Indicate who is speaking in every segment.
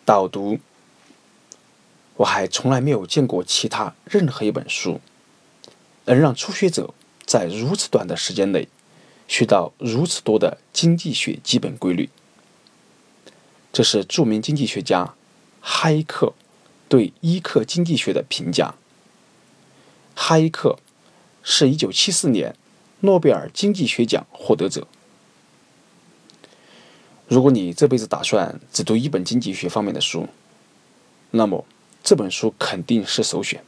Speaker 1: 导读，我还从来没有见过其他任何一本书能让初学者在如此短的时间内学到如此多的经济学基本规律。这是著名经济学家哈耶克对伊克经济学的评价。哈耶克是1974年诺贝尔经济学奖获得者。如果你这辈子打算只读一本经济学方面的书，那么这本书肯定是首选。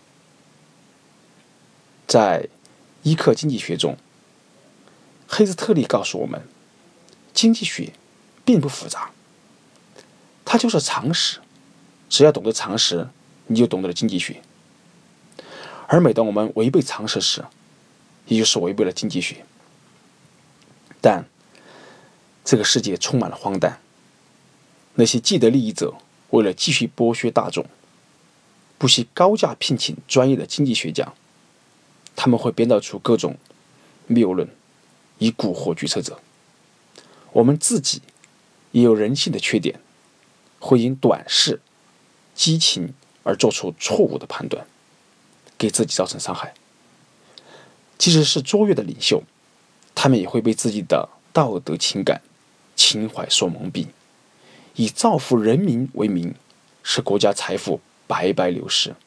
Speaker 1: 在伊克经济学中，黑斯特利告诉我们，经济学并不复杂，它就是常识，只要懂得常识，你就懂得了经济学。而每当我们违背常识时，也就是违背了经济学。但这个世界充满了荒诞，那些既得利益者为了继续剥削大众，不惜高价聘请专业的经济学家，他们会编造出各种谬论，以蛊惑决策者。我们自己也有人性的缺点，会因短视、激情而做出错误的判断，给自己造成伤害。即使是卓越的领袖，他们也会被自己的道德情感、情怀所蒙蔽，以造福人民为名，使国家财富白白流失。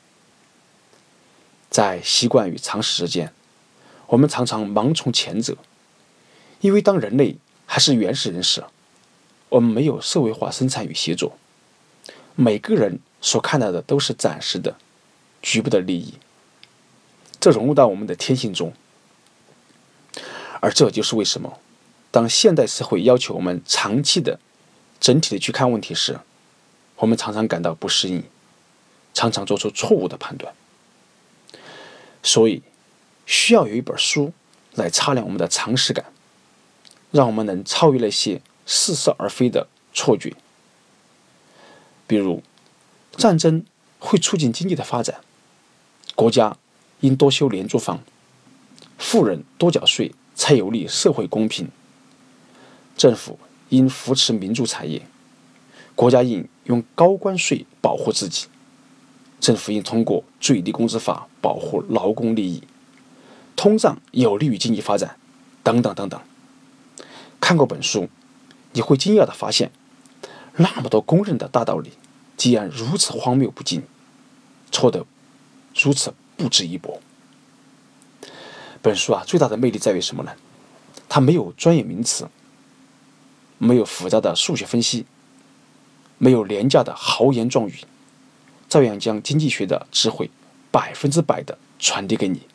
Speaker 1: 在习惯与常识之间，我们常常盲从前者，因为当人类还是原始人时，我们没有社会化生产与协作，每个人所看到的都是暂时的、局部的利益，这融入到我们的天性中。而这就是为什么当现代社会要求我们长期的、整体的去看问题时，我们常常感到不适应，常常做出错误的判断。所以需要有一本书来擦亮我们的常识感，让我们能超越那些似是而非的错觉。比如，战争会促进经济的发展，国家应多修廉租房，富人多缴税才有利社会公平，政府应扶持民主产业，国家应用高关税保护自己，政府应通过最低工资法保护劳工利益，通胀有利于经济发展，等等等等。看过本书，你会惊讶地发现，那么多公认的大道理，竟然如此荒谬不经，错得如此不值一驳。本书最大的魅力在于什么呢？它没有专业名词，没有复杂的数学分析，没有廉价的豪言壮语，照样将经济学的智慧100%的传递给你。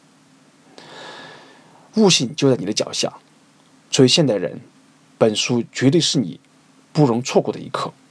Speaker 1: 悟性就在你的脚下，作为现代人，本书绝对是你不容错过的一课。